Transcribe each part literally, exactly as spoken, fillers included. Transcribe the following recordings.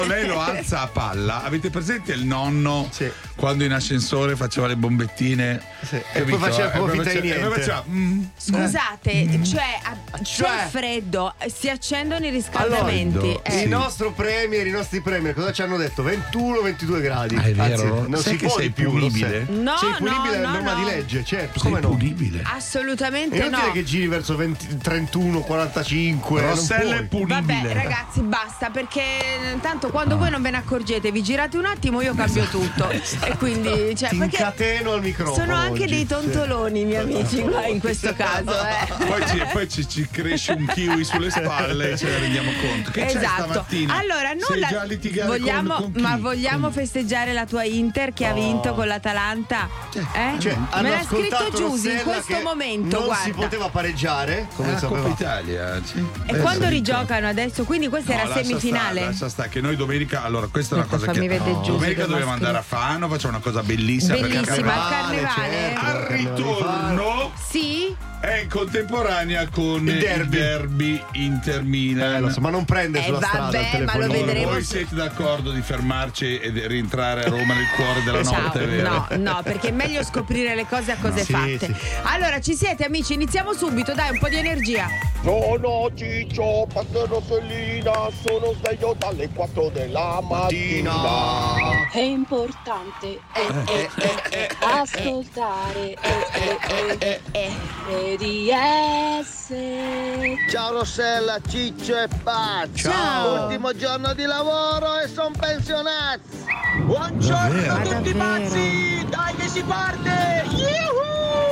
Lei lo alza a palla. Avete presente il nonno sì. quando in ascensore faceva le bombettine? Sì. E poi faceva proprio finta di niente. Faceva, mm, Scusate, mm. cioè, a, Cioè? c'è freddo, si accendono i riscaldamenti. Allora, eh. Il sì. nostro premier, i nostri premier, cosa ci hanno detto? ventuno ventidue gradi. Ah, è vero? Anzi, non Sai si che può sei di più. punibile? No, sei punibile no, a no, norma no. di legge, certo. Sei Come no? punibile. Assolutamente È inutile no. che giri verso venti, trentuno, quarantacinque. Rossella è punibile. Vabbè, ragazzi, basta, perché tanto quando voi non ve ne accorgete, vi girate un attimo, io cambio tutto. E quindi, cioè, Ti perché incateno al microfono. sono anche oggi. dei tontoloni, i miei amici, qua in questo caso, eh. Poi, ci, poi ci, ci cresce un kiwi sulle spalle e ce ne rendiamo conto. Che c'è Esatto. stamattina? Allora, Sei nulla. già a litigare Vogliamo, con, con ma chi? vogliamo Con- festeggiare la tua Inter che ha vinto con l'Atalanta? Eh? Cioè, hanno Me l'ha scritto ascoltato Giusy in Rossella questo che momento, non guarda. si poteva pareggiare, come Ah, Coppa sapeva. Italia, sì. E Eh, quando sì, rigiocano adesso? Quindi questa No, era lascia semifinale? Sta, lascia sta, che noi domenica, allora questa è una Aspetta, cosa fammi che vedere Giusy domenica che dobbiamo m'ha andare a Fano, facciamo una cosa bellissima, Bellissima, perché al Carnevale, carnevale? certo. al ritorno Sì? è in contemporanea con Il derby. il derby Inter Milan. Eh, lo so, ma non prende Eh, sulla strada vabbè, il ma lo telefonino. Allora, vedremo voi se- siete d'accordo di fermarci e di rientrare a Roma nel cuore della Ciao. notte, vero? No, no, perché è meglio scoprire le cose a cose Sì, fatte. sì. Allora, ci siete amici? Iniziamo subito, dai, un po' di energia. Sono Ciccio, Pastor Rossellina, sono sveglio dalle quattro della mattina. È importante eh, eh, eh, ascoltare eh, eh, eh, R D S. Ciao Rossella, Ciccio e Pazzo. Ciao. Ultimo giorno di lavoro e son pensionati. Buongiorno Davvero? a tutti Ma davvero? pazzi, dai che si parte. Yuhu!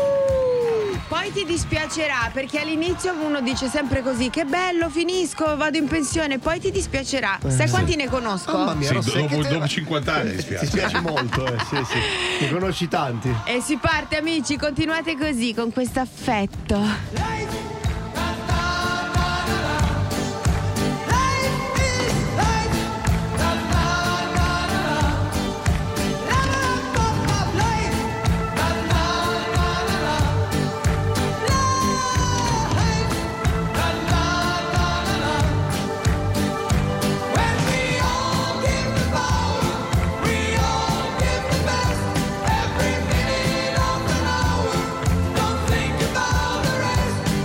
Poi ti dispiacerà perché all'inizio uno dice sempre così: che bello, finisco, vado in pensione. Poi ti dispiacerà. Sai quanti ne conosco? Mamma mia, Sì, Rossella, dopo, che te- dopo cinquanta anni mi Ti spiace. spiace molto, eh, sì, sì. Ne conosci tanti. E si parte amici, continuate così con questo affetto. Every minute of an hour, don't think about the rest.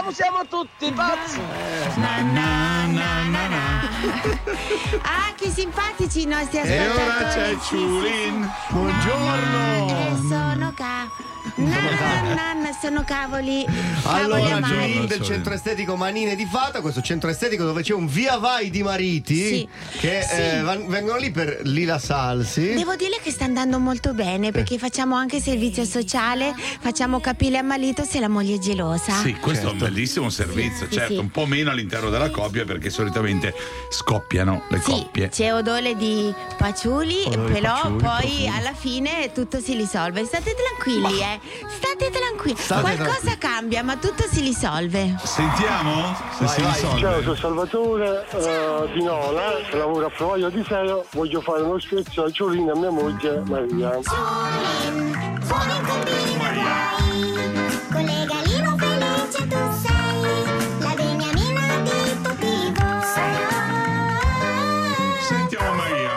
Siamo, siamo tutti pazzi. Na, na, na, na, na. Ah, che simpatici i nostri E ascoltatori. ora c'è Ciulin. Buongiorno. E sono ca. Na, na, na, sono cavoli. Cavoli Allora, amari. Giulin del centro estetico Manine di Fata, questo centro estetico dove c'è un via vai di mariti Sì. che Sì. eh, van- vengono lì per Lila Salsi. Devo dire che sta andando molto bene perché facciamo anche servizio sociale, facciamo capire a marito se la moglie è gelosa. Sì, questo è un Certo. bellissimo servizio, Sì, certo, sì. un po' meno all'interno della coppia perché solitamente scoppiano le Sì, coppie. c'è odore di paciuli, Odore di però paciuli, poi profumi. alla fine tutto si risolve. State tranquilli, eh. State tranquilli. State Qualcosa tranquilli. cambia, ma tutto si risolve. Sentiamo se Vai, si vai. risolve. Ciao, sono Salvatore eh, di Nola, lavoro a Provaglio di Seo, voglio fare uno scherzo a Giulina e mia moglie Maria. Fuori in combina guai, collegalino felice tu sei, la beniamina di tutti voi. Sentiamo Maria.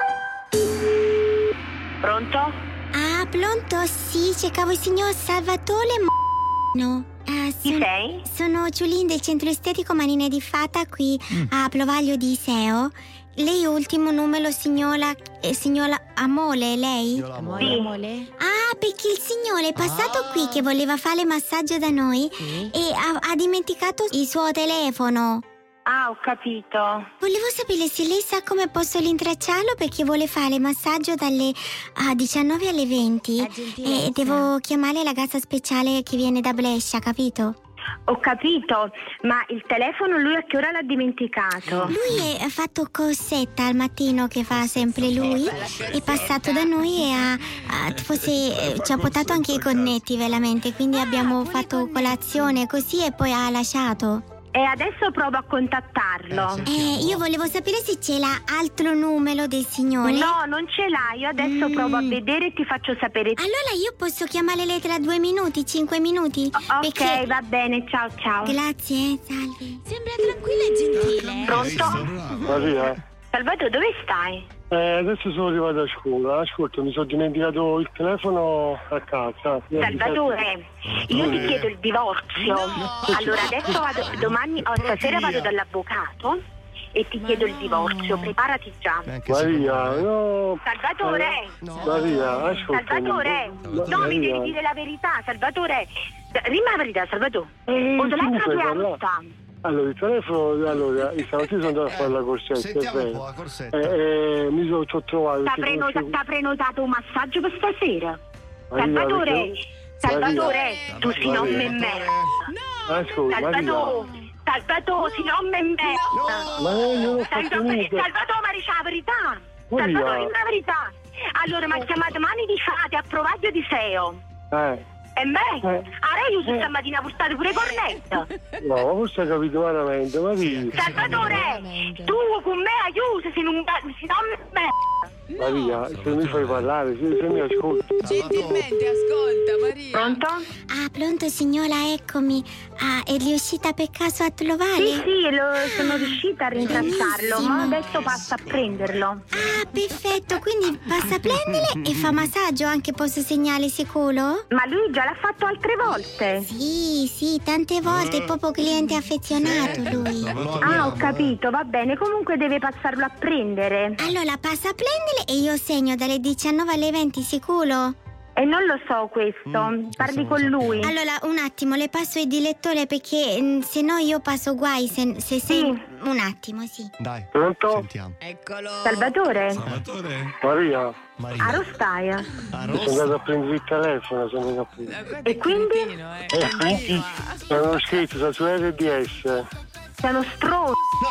Pronto? Ah, pronto? Sì, cercavo il signor Salvatore M***o. No. Ah, Chi son- sei? Sono Giulin del centro estetico Manine di Fata qui a Plovaglio di Iseo. Lei ultimo numero signora eh, signora Amole, lei? Amore, Sì. amore. Ah, perché il signore è passato qui che voleva fare massaggio da noi Sì. e ha, ha dimenticato il suo telefono. Ah, ho capito. Volevo sapere se lei sa come posso rintracciarlo perché vuole fare massaggio dalle ah, diciannove alle venti A gentilezza. e devo chiamare la ragazza speciale che viene da Brescia, capito? Ho capito, ma il telefono lui a che ora l'ha dimenticato? Lui è- ha fatto corsetta al mattino che fa sempre lui, è passato da noi e ha, ha- forse eh, ci ha portato anche i connetti veramente, quindi abbiamo fatto colazione così e poi ha lasciato. E adesso provo a contattarlo. Eh, io volevo sapere se c'è l'altro numero del signore. No, non ce l'ha, io adesso Mm. provo a vedere e ti faccio sapere. Allora io posso chiamare lei tra due minuti, cinque minuti? Ok, Perché- va bene, ciao ciao. Grazie, eh, salve. Sembra tranquilla e gentile. Pronto? Maria, Salvatore, dove stai? eh, adesso sono arrivato a scuola, ascolta, mi sono dimenticato il telefono a casa. Salvatore, io ti chiedo il divorzio. Allora adesso vado, domani, oh, stasera vado dall'avvocato e ti chiedo il divorzio, preparati già. Neanche se- Maria, no. Salvatore! Maria, ascolta. Salvatore! No, mi devi dire la verità, Salvatore! Rima la verità, Salvatore! Eh, O te tu mi l'hai fai proprio parlare. alta? Allora, il telefono, allora, stamattina sono andato a fare la corsetta, è Sentiamo un po' vero. la corsetta. Eh, eh, mi sono ci ho trovato. T'ha perché prenota- conoscevo- t'ha prenotato un massaggio per stasera? Maria, Salvatore! perché- Salvatore! Maria. Tu si non me Maria. merda! Ascolta, Maria. Salvatore! Salvatore, si non me merda! Ma io non ho fatto Salvatore, niente. Salvatore, ma dice la verità! Maria. Salvatore, dimmi la verità! Allora, mi ha chiamato Mani di Fate a Provaglio di Seo. Eh, E me? Eh. Allora io su stamattina ho portato pure cornetto. no, ma forse hai capito veramente, Maria. Salvatore, tu con me aiuti se non se non me. Maria, se mi fai parlare, se, se mi ascolti. Gentilmente, ascolta, Maria. Pronto? Ah, pronto signora, eccomi. Ah, è riuscita per caso a Sì, trovare? sì, lo, sono riuscita a rintracciarlo, ma adesso passa a prenderlo. Ah, perfetto, quindi passa a prendere e fa massaggio anche, posso segnare sicuro? Ma lui già l'ha fatto altre volte. Sì, sì, tante volte, è proprio cliente affezionato lui. Ah, ho capito, va bene, comunque deve passarlo a prendere. Allora passa a prendere e io segno dalle diciannove alle venti, sicuro? E non lo so questo, parli con lui. Allora, un attimo, le passo il direttore perché mm, se no io passo guai se, se sei... Sì. Un attimo, sì. Dai, Pronto? sentiamo. Eccolo. Salvatore, Salvatore? Maria, Maria. a Rostai. A sono Rossa. andato a prendere il telefono, sono andato a prendere. E quindi? Eh, quindi è uno scherzo, sta su R D S. Sei uno stronzo.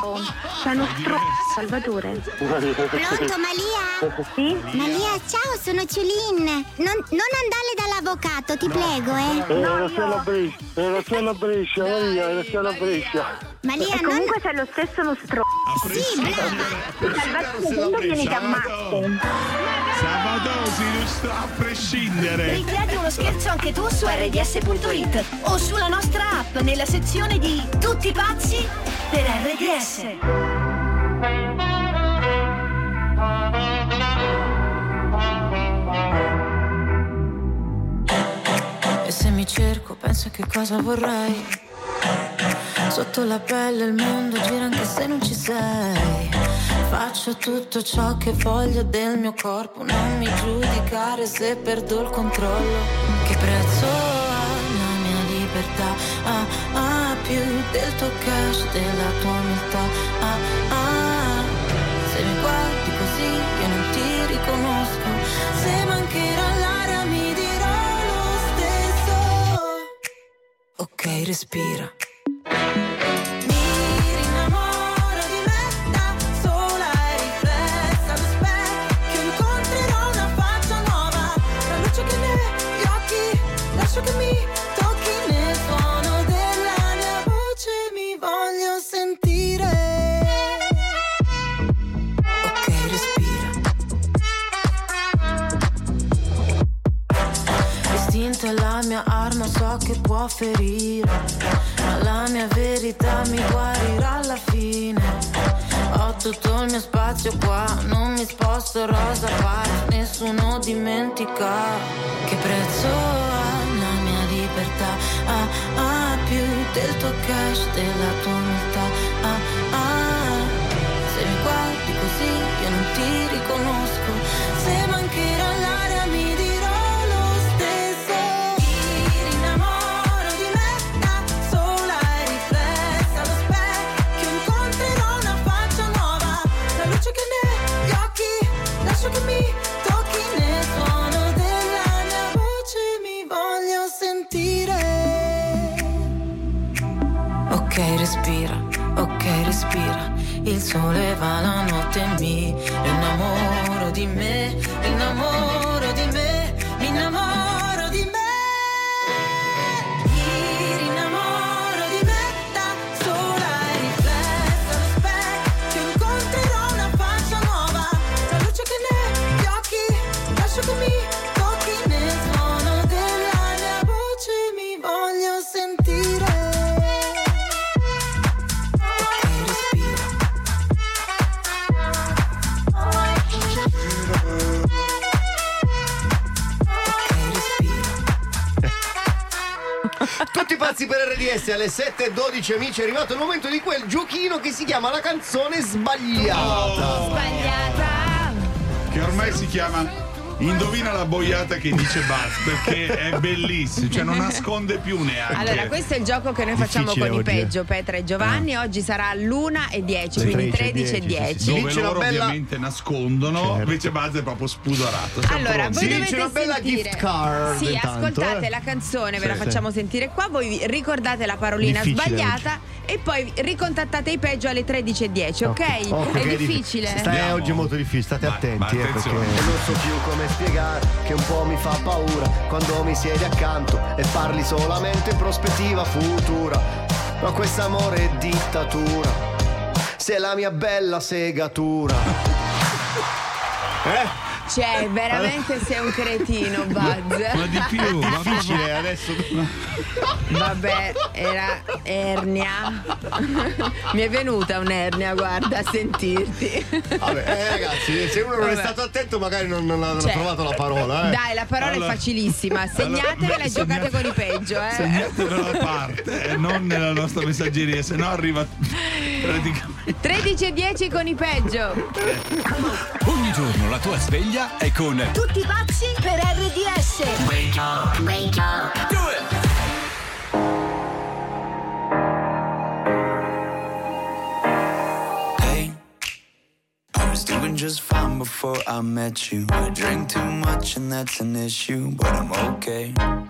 Sei uno stronzo, Salvatore. Maria. Pronto, Malia? Sì? Malia, ciao, sono Ciulin. Non, non andare dall'avvocato, ti prego, eh. Eh, Era solo a Brescia, era solo a Brescia, Maria, era solo a Brescia. Malia, E non... comunque sei lo stesso uno stronzo. Sì, brava. Salvatore, quando vieni che ammazzi? Salvatore si illustra a prescindere. Ricreati uno scherzo anche tu su erre di esse punto it o sulla nostra app nella sezione di Tutti pazzi per erre di esse. E se mi cerco penso che cosa vorrei. Sotto la pelle il mondo gira anche se non ci sei. Faccio tutto ciò che voglio del mio corpo. Non mi giudicare se perdo il controllo. Che prezzo ha la mia libertà? Ah, ah, più del tuo cash, della tua umiltà. Ah, ah, se mi guardi così io non ti riconosco. Se mancherà l'aria mi dirò lo stesso. Ok, respira. Lascio che mi tocchi nel suono della mia voce, mi voglio sentire. Ok, respira. L'istinto è la mia arma, so che può ferire, ma la mia verità mi guarirà alla fine. Ho tutto il mio spazio qua, non mi sposto rosa parte, nessuno dimentica che prezzo ha la mia libertà. Ah, ah, più del tuo cash, della tua umiltà. Ah, ah, se mi guardi così io non ti riconosco. Se mancherà l'aria mi dirò lo stesso. Mi rinnamoro di me da sola e riflessa allo specchio. Incontrerò una faccia nuova, la luce che negli occhi. Lascio che mi tocchi nel suono della mia voce, mi voglio sentire. Ok, respira, ok, respira. Il sole va, la notte mi innamoro di me, innamoro di me, mi innamoro di me. Mi rinnamoro di me da sola e riflessa allo specchio. Incontrerò una faccia nuova, la luce che negli occhi. Lascio che mi tocchi nel suono della mia voce, mi voglio sentire. Tutti pazzi per R D S alle sette e dodici, amici, è arrivato il momento di quel giochino che si chiama La canzone sbagliata. Oh. Sbagliata. Che ormai si chiama Indovina la boiata che dice Buzz, perché è bellissimo, cioè non nasconde più neanche. Allora, questo è il gioco che noi facciamo Difficile con oggi, i Peggio, Petra e Giovanni. Ah. Oggi sarà l'una e dieci, Sì, quindi tredici tredici e e dieci, dieci. sì, Dove vince loro una bella- ovviamente nascondono, Certo. invece Buzz è proprio spudorato. Siamo Allora, pronti? voi Si dovete vince una bella sentire. gift card Sì, intanto, ascoltate eh. la canzone, ve Sì, la sì. facciamo sentire qua. Voi vi ricordate la parolina Difficile sbagliata e poi ricontattate i Peggio alle tredici e dieci, ok? Oh, È che difficile. Sta, è oggi molto difficile, state Ma- attenti, ma eh, perché attenzione. non so più come spiegare che un po' mi fa paura quando mi siedi accanto e parli solamente in prospettiva futura. Ma quest'amore è dittatura, sei la mia bella segatura. Eh? Cioè, veramente sei un cretino, Buzz. Ma di più, ma Difficile adesso. Vabbè, era ernia. Mi è venuta un'ernia, guarda, a sentirti. Vabbè, eh, ragazzi, se uno non è Vabbè. stato attento magari non, non avrà Cioè, trovato la parola, eh. Dai, la parola Allora- è facilissima. Segnatevela allora, e giocate segnate- con i Peggio, eh. segnatevela a parte, eh, non nella nostra messaggeria, se no arriva praticamente. tredici e dieci con i Peggio. Ogni giorno la tua sveglia è con Tutti pazzi per R D S. Wake up, wake up. Do it. Hey, I was doing just fine before I met you. I drink too much and that's an issue, but I'm okay.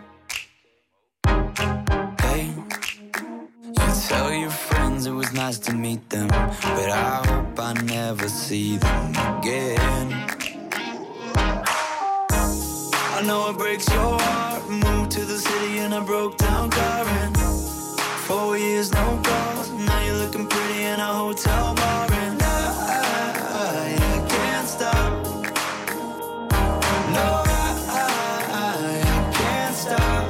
Hey, you tell your friends it was nice to meet them, but I hope I never see them again. I know it breaks your heart. Moved to the city in a broke down car and four years no calls. Now you're looking pretty in a hotel bar and I, I can't stop. No, I, I can't stop.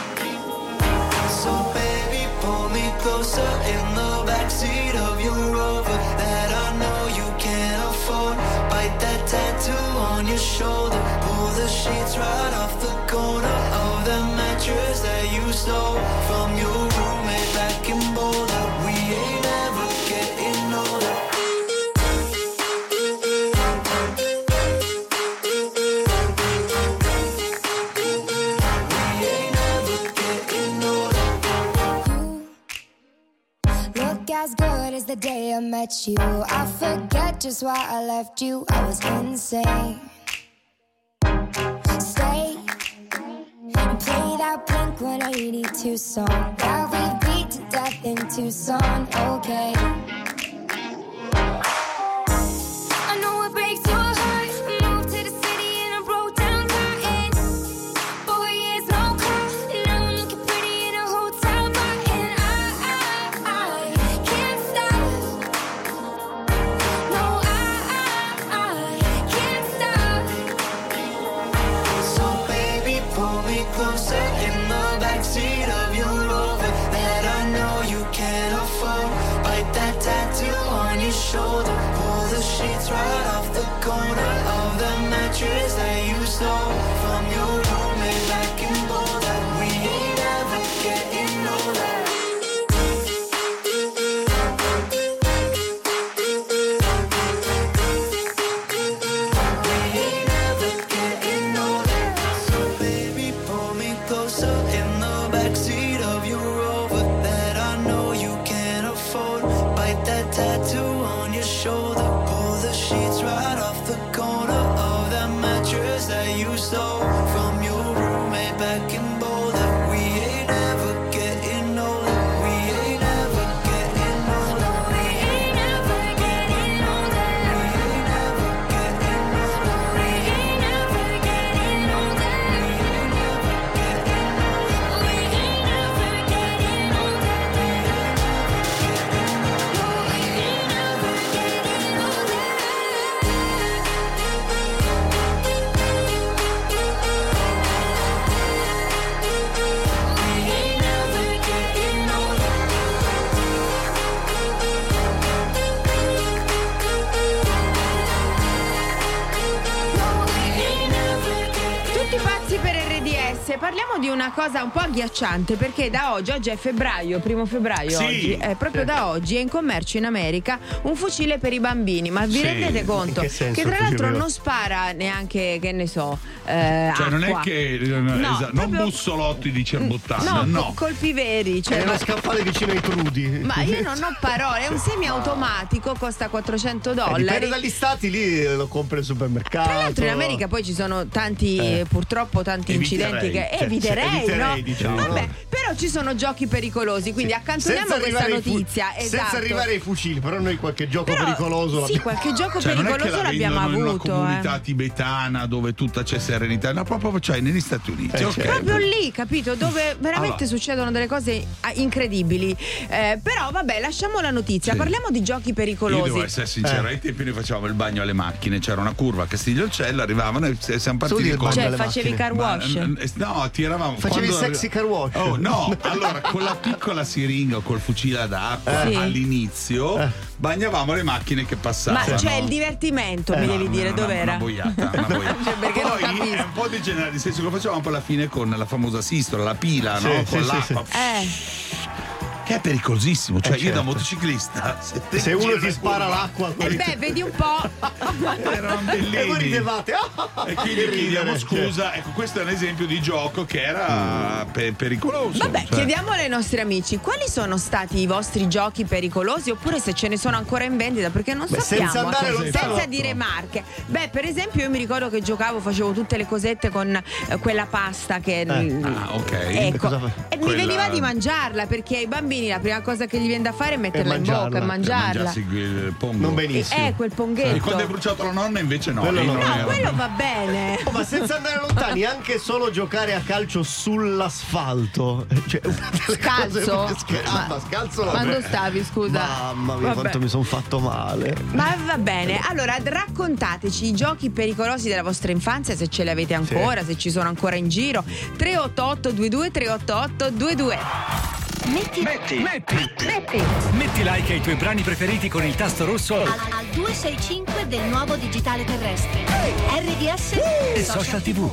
So baby, pull me closer in the backseat of your Rover that I know you can't afford. Bite that tattoo on your shoulder. Pull the sheets right off the corner of the mattress that you stole from your roommate back in Boulder. I met you. I forget just why I left you. I was insane. Stay and play that Blink one eighty-two song that we beat to death in Tucson. Okay. I know it breaks your heart. Moved to the city and I broke down crying. Four years no call. Now I'm looking pretty in a hotel bar, and I, I, I can't stop. No, I, I, I can't stop. So baby, pull me closer in the backseat of your Rover that I know you can't afford. Bite that tattoo on your shoulder. Pull the sheets right off the corner of the mattress that you stole from your roommate back in Boulder. We ain't ever getting older. We ain't ever getting older. So baby, pull me closer in the backseat of your Rover that I know you can't afford. Bite that tattoo on your shoulder. Pull the sheets right off the corner of that mattress that you stole from your roommate back in Boulder. We ain't ever getting older. We ain't ever getting older. We ain't ever getting older. We ain't ever getting older. We ain't ever getting older. We ain't ever getting older. We ain't ever getting older. We ain't ever getting older. Tutti pazzi per R D S. Parliamo di una cosa un po' agghiacciante, perché da oggi, oggi è febbraio, primo febbraio Sì. oggi, è proprio da oggi è in commercio in America un fucile per i bambini. Ma vi Sì. rendete conto In che senso che tra il fucile l'altro per- non spara neanche, che ne so, eh, Cioè non è acqua. che No, esatto, non proprio- bussolotti di cerbottana, No, no. co- colpi veri, cioè, È uno ma- scaffale vicino ai trudi. ma io non ho parole, è un semiautomatico, costa quattrocento Eh, dipende dollari. dagli stati, lì lo compri al supermercato. Tra l'altro in America poi ci sono tanti, Eh. purtroppo tanti Eviterei. incidenti che Cioè, eviterei, eviterei, no? diciamo. Vabbè, però ci sono giochi pericolosi, quindi accantoniamo Senza questa arrivare ai fu- notizia. Senza esatto. arrivare ai fucili, però noi qualche gioco Però, pericoloso sì, l'abbiamo. qualche gioco Cioè, non è che pericoloso la l'abbiamo vendono in una avuto. comunità eh. tibetana dove tutta c'è serenità, no, proprio cioè negli Stati Uniti. Eh, ok. certo. Proprio lì, capito? Dove veramente Allora. succedono delle cose ah, incredibili. Eh, però vabbè, lasciamo la notizia, Sì. parliamo di giochi Io pericolosi. devo essere sincero, Eh. ai tempi noi facevamo il bagno alle macchine, c'era una curva a Castiglioncello, arrivavano e s- siamo partiti Solo il con bagno Cioè, alle facevi macchine. car Ma, wash? eh, no, tiravamo Facevi il quando- sexy car wash. Oh no, allora con la piccola siringa o col fucile ad acqua Sì. all'inizio Eh. bagnavamo le macchine che passavano. Ma cioè il divertimento, mi No, devi no, dire, una- dov'era? Una boiata, una boiata. Cioè, perché non Poi capisco. è un po' degenerato, nel senso che lo facevamo poi alla fine con la famosa sistola, la pila, Sì, no? sì, Con sì, l'acqua. Eh. Che è pericolosissimo, cioè Eh, io da certo. motociclista se, te Se uno giri ti la spara curva, l'acqua, E beh, vedi un po'. erano e voi bellini. ridevate. Ah, E che quindi chiediamo ridere. scusa, ecco questo è un esempio di gioco che era pe- pericoloso. Vabbè, cioè. chiediamo ai nostri amici quali sono stati i vostri giochi pericolosi, oppure se ce ne sono ancora in vendita, perché non Beh, sappiamo. senza andare lontano. Senza dire marche. Beh, per esempio, io mi ricordo che giocavo, facevo tutte le cosette con eh, quella pasta che. mm, Ah, ok. Ecco, Cosa fa- e mi Quella- veniva di mangiarla, perché ai bambini la prima cosa che gli viene da fare è metterla in mangiarla. bocca e Per mangiarla. Mangiarsi il pongo. Non E, benissimo. eh, quel E quando hai ponghetto. bruciato la nonna invece no. Quello lì no. non No, era- quello va bene. Oh, ma senza andare lontani, anche solo giocare a calcio sull'asfalto. Cioè, una delle Scalzo? cose più scher- ah, ma scalzo no. Quando stavi, scusa? Mamma mia, Vabbè. quanto mi sono fatto male. Ma va bene, allora raccontateci i giochi pericolosi della vostra infanzia, se ce li avete ancora, se ci sono ancora in giro. tre otto otto due due tre otto otto due due. Metti, Metti, metti, metti metti like ai tuoi brani preferiti con il tasto rosso al, al due sei cinque del nuovo digitale terrestre. R D S e Social tivù.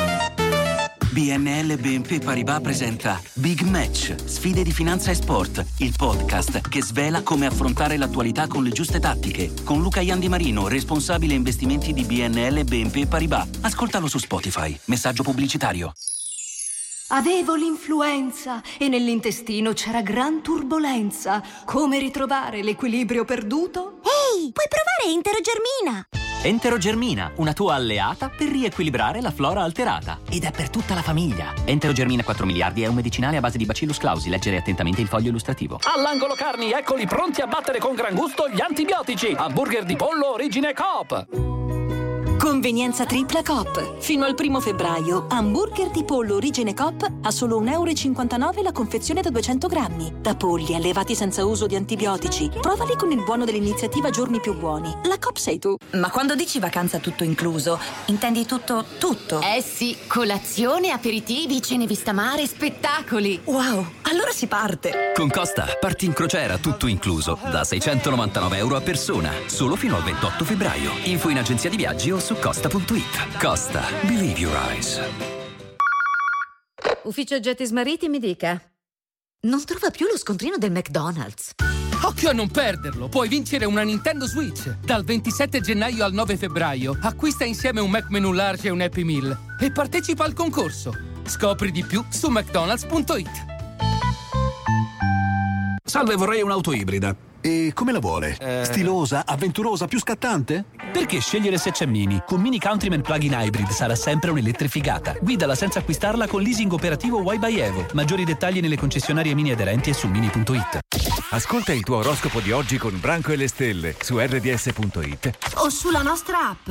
B N L B N P Paribas presenta Big Match, sfide di finanza e sport, il podcast che svela come affrontare l'attualità con le giuste tattiche, con Luca Iandi Marino, responsabile investimenti di B N L B N P Paribas. Ascoltalo su Spotify. Messaggio pubblicitario. Avevo l'influenza e nell'intestino c'era gran turbolenza. Come ritrovare l'equilibrio perduto? Ehi, puoi provare Enterogermina! Enterogermina, una tua alleata per riequilibrare la flora alterata. Ed è per tutta la famiglia. Enterogermina quattro miliardi è un medicinale a base di Bacillus clausi. Leggere attentamente il foglio illustrativo. All'angolo carni, eccoli pronti a battere con gran gusto gli antibiotici. Hamburger di pollo origine Coop. Convenienza tripla Coop. Fino al primo febbraio, hamburger di pollo origine Coop a solo un euro e cinquantanove la confezione da duecento grammi. Da polli allevati senza uso di antibiotici. Provali con il buono dell'iniziativa Giorni più buoni. La Coop sei tu. Ma quando dici vacanza tutto incluso, intendi tutto, tutto? Eh sì, colazione, aperitivi, cene vista mare, spettacoli. Wow, allora si parte. Con Costa parti in crociera tutto incluso da seicentonovantanove euro a persona, solo fino al ventotto febbraio. Info in agenzia di viaggi o su costa punto it. Costa, believe your eyes. Ufficio oggetti smarriti, mi dica. Non trova più lo scontrino del McDonald's. Occhio a non perderlo! Puoi vincere una Nintendo Switch. Dal ventisette gennaio al nove febbraio acquista insieme un Mac Menu Large e un Happy Meal e partecipa al concorso. Scopri di più su mcdonalds punto it. Salve, vorrei un'auto ibrida. E come la vuole? Eh... Stilosa, avventurosa, più scattante? Perché scegliere se c'è Mini? Con Mini Countryman Plug-in Hybrid sarà sempre un'elettrificata. Guidala senza acquistarla con leasing operativo Y by Evo. Maggiori dettagli nelle concessionarie Mini aderenti e su mini punto it. Ascolta il tuo oroscopo di oggi con Branco e le stelle su erre di esse punto it O sulla nostra app.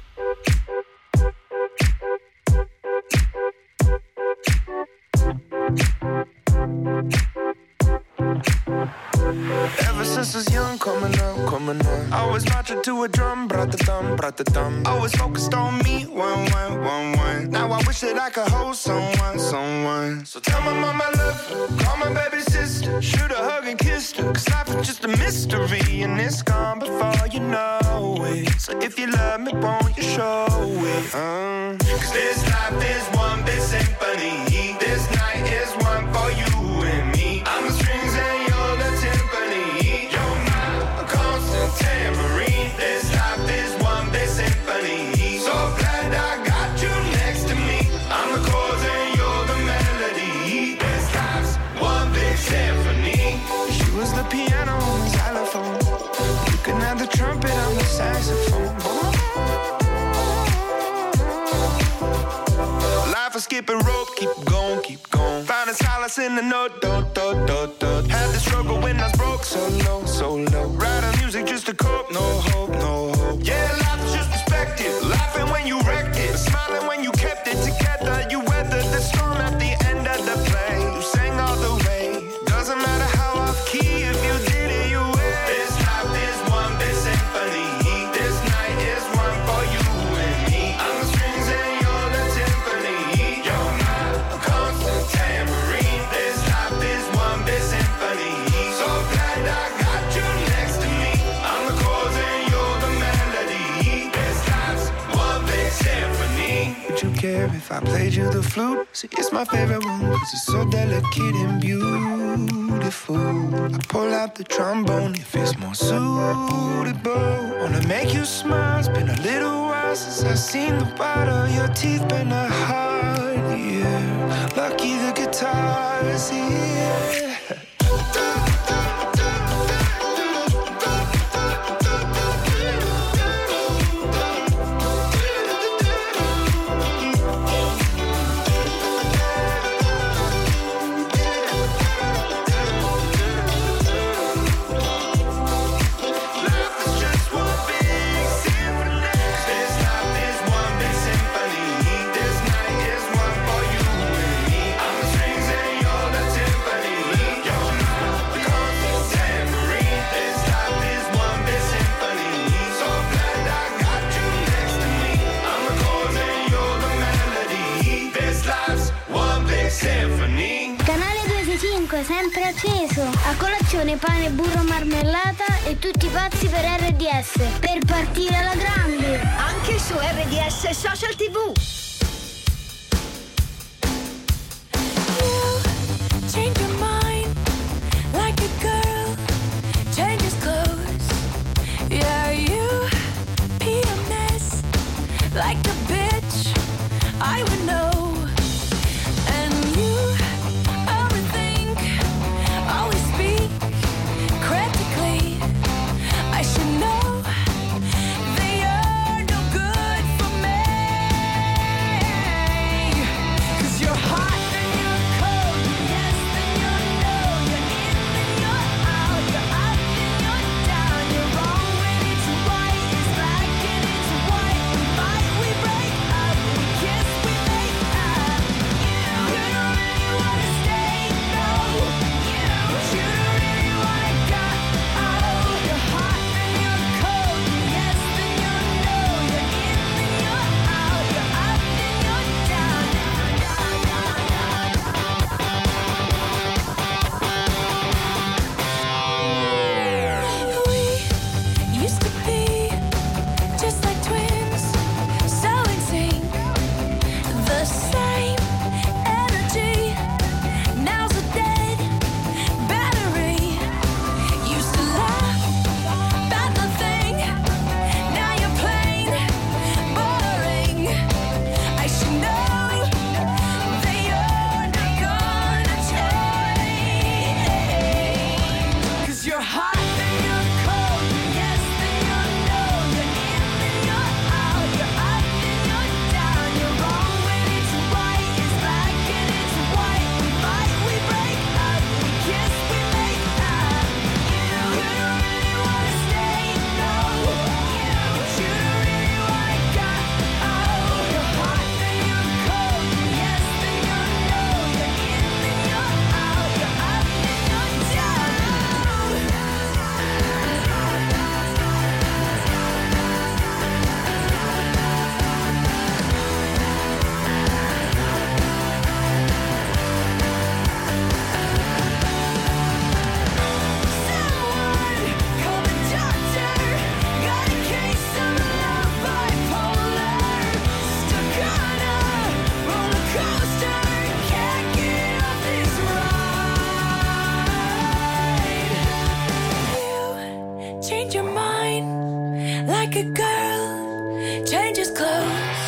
Ever since I was young, coming up, coming up, I was marching to a drum, brought the thumb, brought the thumb. Always focused on me, one, one, one, one. Now I wish that I could hold someone, someone. So tell my mama I love her, call my baby sister, shoot a hug and kiss her. Cause life is just a mystery and it's gone before you know it. So if you love me, won't you show it? Uh. Cause this life is one big symphony. This night is one for you and me. I'm the strings and you're the timpani. You're my constant tambourine. This life is one big symphony. So glad I got you next to me. I'm the chords and you're the melody. This life's one big symphony. She was the piano on the xylophone. You can have the trumpet on the saxophone. Life is skipping rope, keep going, keep going. Finding solace in the note, do, do, do, do. Had the struggle when I was broke, so low, so low. Writing music just to cope, no hope, no hope. Yeah, life is just perspective. Laughing when you wrecked it, smiling when you kept it together. You weathered the storm at the end of the play. You sang all the way. Doesn't matter how off key, if you did it, you win. This life is one big symphony. This night is one for you and me. I'm the strings and you're the timpani. You're my constant tambourine. This life is one big symphony. So glad I got you next to me. I'm the chords and you're the melody. This life's one big symphony. Would you care if I played you the flute? See, it's my favorite one, cause it's so delicate and beautiful. I pull out the trombone if it's more suitable. Wanna make you smile, it's been a little while since I've seen the white of your teeth. Been a hard year, lucky the guitar is here. Canale duecentosessantacinque, sempre acceso. A colazione pane, burro, marmellata e tutti pazzi per erre di esse. Per partire alla grande. Anche su erre di esse Social tivù. Change your mind like a girl changes clothes. Yeah, you be a mess like a bitch. I would know. And you rain, like a girl changes clothes.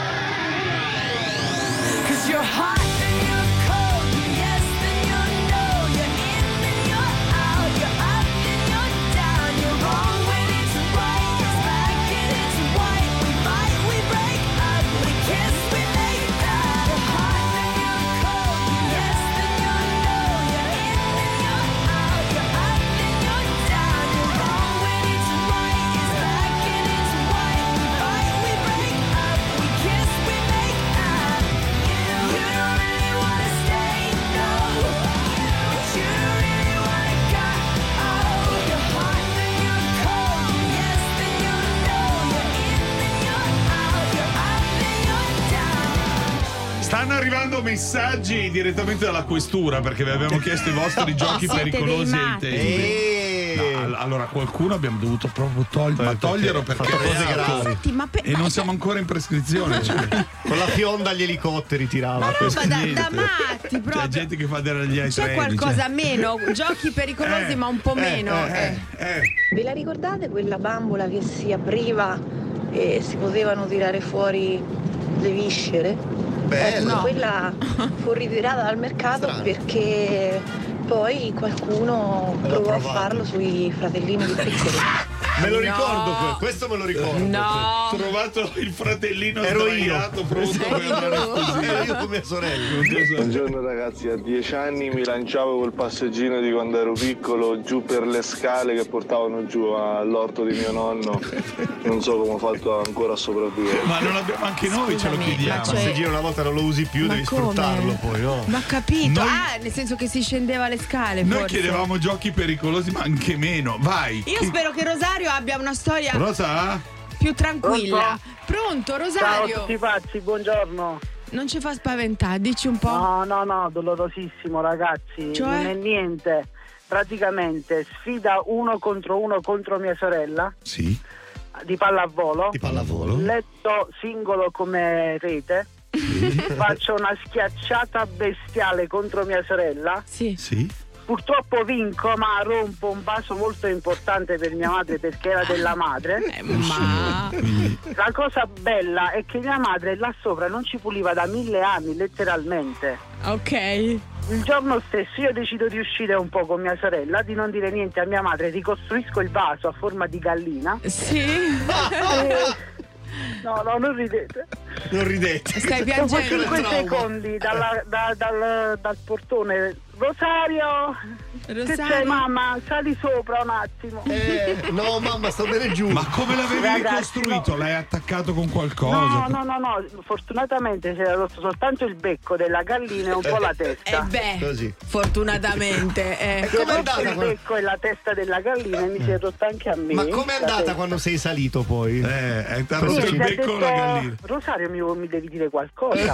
'Cause you're hot and you're cold, you're yes and you're no, you're in and you're out, you're up and you're down, you're wrong when it's right, it's black and it's white, we fight, we break up, we kiss, we make out. You're hot and you're cold, you're yes and you're no, you're in and you're out, you're up and you're down, you're wrong when it's right, it's black and it's white, we fight, we break up, we kiss, we make out. You don't really wanna stay, no, but you don't really wanna go. Oh, you're hot and you're cold, yes and you're no, you're in and you're out, you're up and you're down. Stanno arrivando messaggi direttamente dalla questura perché vi abbiamo chiesto i vostri giochi Siete pericolosi dei ai matti. tempi. No, all- allora qualcuno abbiamo dovuto proprio togliere, ma toglierlo perché Fatto cose è reato. gravi. Infatti, ma per- E non siamo ancora in prescrizione. Cioè. Con la fionda agli elicotteri tirava. Ma roba da, Niente. da matti C'è proprio. gente che fa degli ai C'è treni, qualcosa cioè. meno, giochi pericolosi Eh, ma un po' eh, meno. eh, eh. eh. Ve la ricordate quella bambola che si apriva e si potevano tirare fuori le viscere? Bella. Ecco, No. quella fu ritirata dal mercato Strano. perché poi qualcuno L'ha provò a provato. farlo sui fratellini più piccoli. Me lo No. ricordo, que- questo me lo ricordo. No. Ho trovato il fratellino Ero io. sdraiato pronto per Eri andare tu. così. Ero io con mia sorella. Buongiorno ragazzi, a dieci anni mi lanciavo col passeggino di quando ero piccolo giù per le scale che portavano giù all'orto di mio nonno. Non so come ho fatto ancora a sopravvivere. Ma non abbiamo anche noi, ce lo Scusami, chiediamo. ma c'è- Se gira una volta non lo usi più, Ma devi come? sfruttarlo poi, no? Ma capito? Noi- Ah, nel senso che si scendeva le scale. Noi forse. chiedevamo giochi pericolosi, ma anche meno. Vai. Io Chi- spero che Rosario abbia una storia Rosa? più tranquilla. Pronto, Rosario? Ciao a tutti pazzi, buongiorno. Non ci fa spaventare, dici un po'. No, no, no, dolorosissimo ragazzi, Cioè? non è niente. Praticamente sfida uno contro uno contro mia sorella Sì. di pallavolo. Di pallavolo. Letto singolo come rete. Faccio una schiacciata bestiale contro mia sorella. Sì. Sì. Purtroppo vinco, ma rompo un vaso molto importante per mia madre perché era della madre. Eh, ma La cosa bella è che mia madre là sopra non ci puliva da mille anni, letteralmente. ok. Il giorno stesso io decido di uscire un po' con mia sorella, di non dire niente a mia madre, ricostruisco il vaso a forma di gallina. Sì. E- No, no, non ridete. Non ridete. Stai Dopo piangendo. cinque trauma. secondi dalla- da- dal, dal portone, Rosario, che Rosario. c'è mamma? Sali sopra un attimo. Eh, no, mamma, sto bene giù. Ma come l'avevi Ragazzi, ricostruito? no. L'hai attaccato con qualcosa? No, no, no, no, fortunatamente c'era rotto soltanto il becco della gallina e un po' la Eh testa. beh, Così. fortunatamente. eh. E com'è Rotto andata il quando... becco e la testa della gallina e mi si è rotto anche a me. Ma com'è la andata testa. quando sei salito poi? Eh, hai rotto Niente, il ha becco detto, la gallina. Rosario, mi, mi devi dire qualcosa.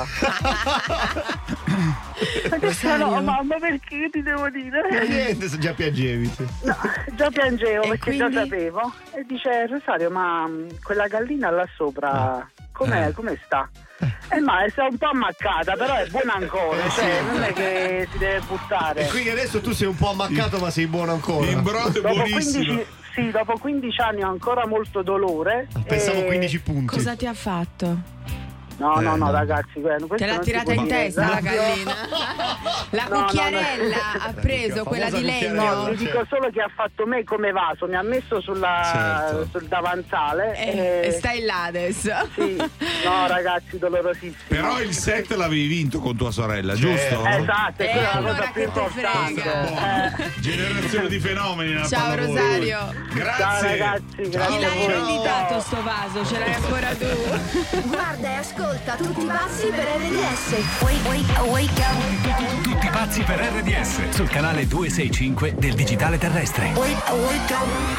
Ha detto, Rosario? no, mamma, perché ti devo Eh, dire? niente, se già piangevi. sì. No, già piangevo E perché quindi? già sapevo. E dice, Rosario, ma mh, quella gallina là sopra, com'è, Eh. come sta? Eh, ma è un po' ammaccata, però è buona ancora, Eh, cioè sì. non è che si deve buttare. E quindi adesso tu sei un po' ammaccato, ma sei buono ancora. In brodo è Dopo buonissimo. quindici, sì, dopo quindici anni ho ancora molto dolore. Pensavo e- quindici punti. Cosa ti ha fatto? No, Eh, no, no, no. ragazzi, questo Te l'ha non si tirata può in dire. testa la No. gallina? La No, no, no. cucchiarella ha preso, La quella famosa di cucchiarella. No, legno. vi dico solo che ha fatto me come vaso, mi ha messo sulla, Certo. sul davanzale. E, e stai là adesso. Sì, no ragazzi, dolorosissimo. Però il set l'avevi vinto con tua sorella, giusto? Esatto, Eh, è quella allora la cosa più che te importante. frega. Eh, Generazione di fenomeni nella Ciao pallavolo. Rosario. Grazie. Ciao ragazzi, Chi grazie a l'hai voi. ereditato sto vaso? Ce l'hai ancora tu? Guarda e ascolta tutti i passi per R D S. Wake, wake, wake up. Tutti pazzi per R D S sul canale duecentosessantacinque del digitale terrestre. Wake, wake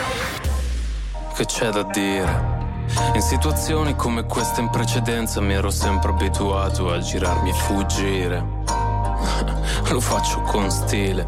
up. Che c'è da dire? In situazioni come queste in precedenza mi ero sempre abituato a girarmi e fuggire. Lo faccio con stile.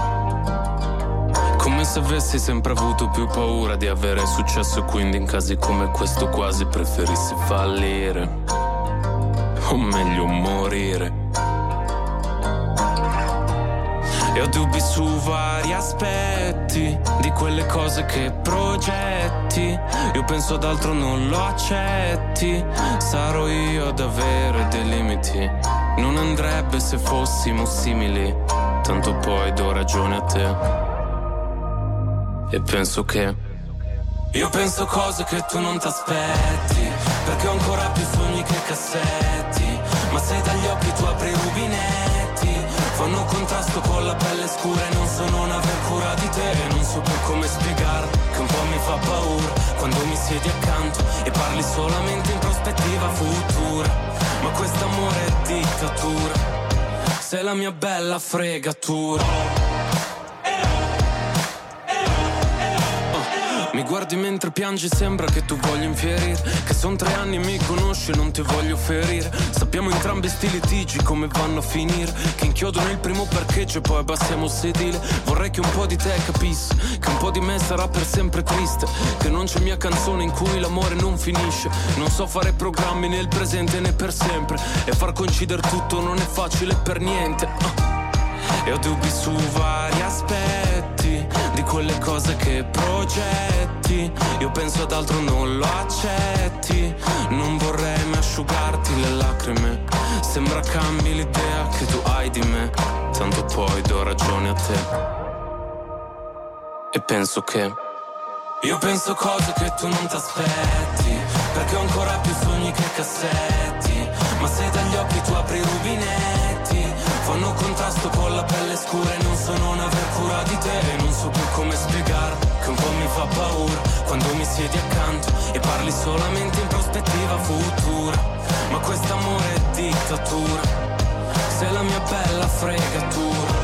Come se avessi sempre avuto più paura di avere successo e quindi in casi come questo quasi preferissi fallire. O meglio morire. E ho dubbi su vari aspetti di quelle cose che progetti. Io penso ad altro, non lo accetti. Sarò io ad avere dei limiti. Non andrebbe se fossimo simili. Tanto poi do ragione a te. E penso che io penso cose che tu non t'aspetti, perché ho ancora più sogni che cassetti. Ma se dagli occhi tu apri i rubinetti, fanno contrasto con la pelle scura e non so non aver cura di te. E non so più come spiegare che un po' mi fa paura quando mi siedi accanto e parli solamente in prospettiva futura. Ma quest'amore è dittatura, sei la mia bella fregatura. Mi guardi mentre piangi, sembra che tu voglia infierire. Che son tre anni e mi conosci e non ti voglio ferire. Sappiamo entrambi sti litigi come vanno a finire. Che inchiodono il primo parcheggio e poi abbassiamo il sedile. Vorrei che un po' di te capisse che un po' di me sarà per sempre triste. Che non c'è mia canzone in cui l'amore non finisce. Non so fare programmi nel presente né per sempre. E far coincidere tutto non è facile per niente. uh. E ho dubbi su vari aspetti di quelle cose che progetti. Io penso ad altro, non lo accetti. Non vorrei mai asciugarti le lacrime. Sembra cambi l'idea che tu hai di me. Tanto poi do ragione a te. E penso che io penso cose che tu non t'aspetti, perché ho ancora più sogni che cassetti. Ma se dagli occhi tu apri i rubinetti, fanno contrasto con la pelle scura e non so non aver cura di te. E non so più come spiegare che un po' mi fa paura quando mi siedi accanto e parli solamente in prospettiva futura. Ma quest'amore è dittatura, sei la mia bella fregatura.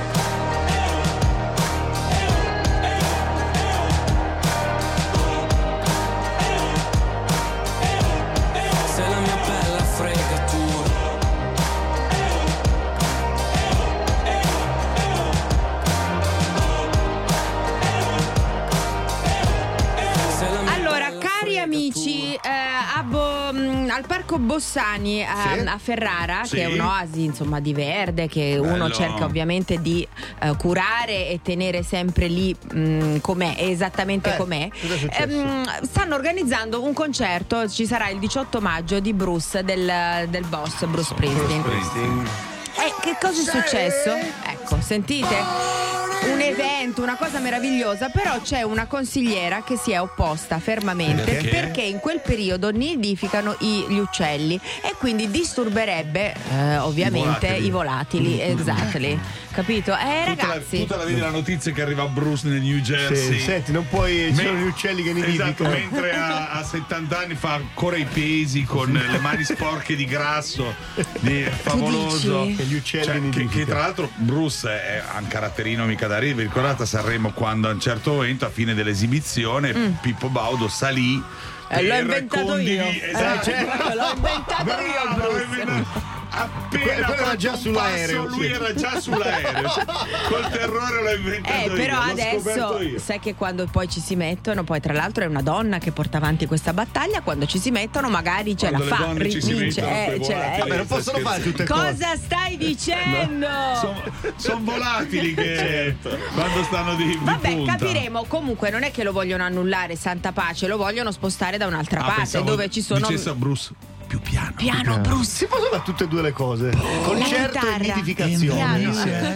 Amici, eh, a Bo, mh, al Parco Bossani a, Sì. a Ferrara, Sì. che è un'oasi insomma di verde che Bello. uno cerca ovviamente di eh, curare e tenere sempre lì mh, com'è, esattamente Eh, com'è. cosa è successo? Ehm, stanno organizzando un concerto, ci sarà il diciotto maggio di Bruce, del, del boss Bruce Springsteen. E che cosa è successo? Ecco, sentite? Un evento, una cosa meravigliosa, però c'è una consigliera che si è opposta fermamente Perché? perché in quel periodo nidificano i- gli uccelli e quindi disturberebbe eh, ovviamente i volatili, I volatili. exactly. Capito? Eh Tutta la, ragazzi, tutta la vedi la notizia che arriva a Bruce nel New Jersey. Sì, senti, non puoi. Ci sono gli uccelli che nidificano. Esatto, mentre a, a settanta anni fa ancora i pesi con le mani sporche di grasso, di favoloso. E gli uccelli Cioè, che, nidificano. che tra l'altro Bruce è un caratterino mica da ridere. Vi ricordate a Sanremo quando a un certo momento, a fine dell'esibizione, Mm. Pippo Baudo salì. Eh, l'ho per inventato condivi- io. Esatto. Eh, certo, l'ho inventato Bravo, io, l'ho Bruce. inventato. Appena Quello era fatto già un sull'aereo, passo, lui sì. era già sull'aereo. Cioè, col terrore l'ho inventato Eh, io, però l'ho adesso scoperto io. sai che quando poi ci si mettono, poi tra l'altro è una donna che porta avanti questa battaglia, quando ci si mettono magari ce Quando la fa, le donne ci si vince, mettono eh, coi ce l'è. volatili, Vabbè, non stai possono fare tutte scherzando. cose. Cosa stai dicendo? Sono son volatili che quando stanno di, di Vabbè, punta. capiremo. Comunque non è che lo vogliono annullare, santa pace, lo vogliono spostare da un'altra Ah, parte pensavo dove ci sono dicesse a Bruce più piano. piano Bruce. Si possono fare tutte e due le cose. La Concerto e chitarra. nidificazione. Piano.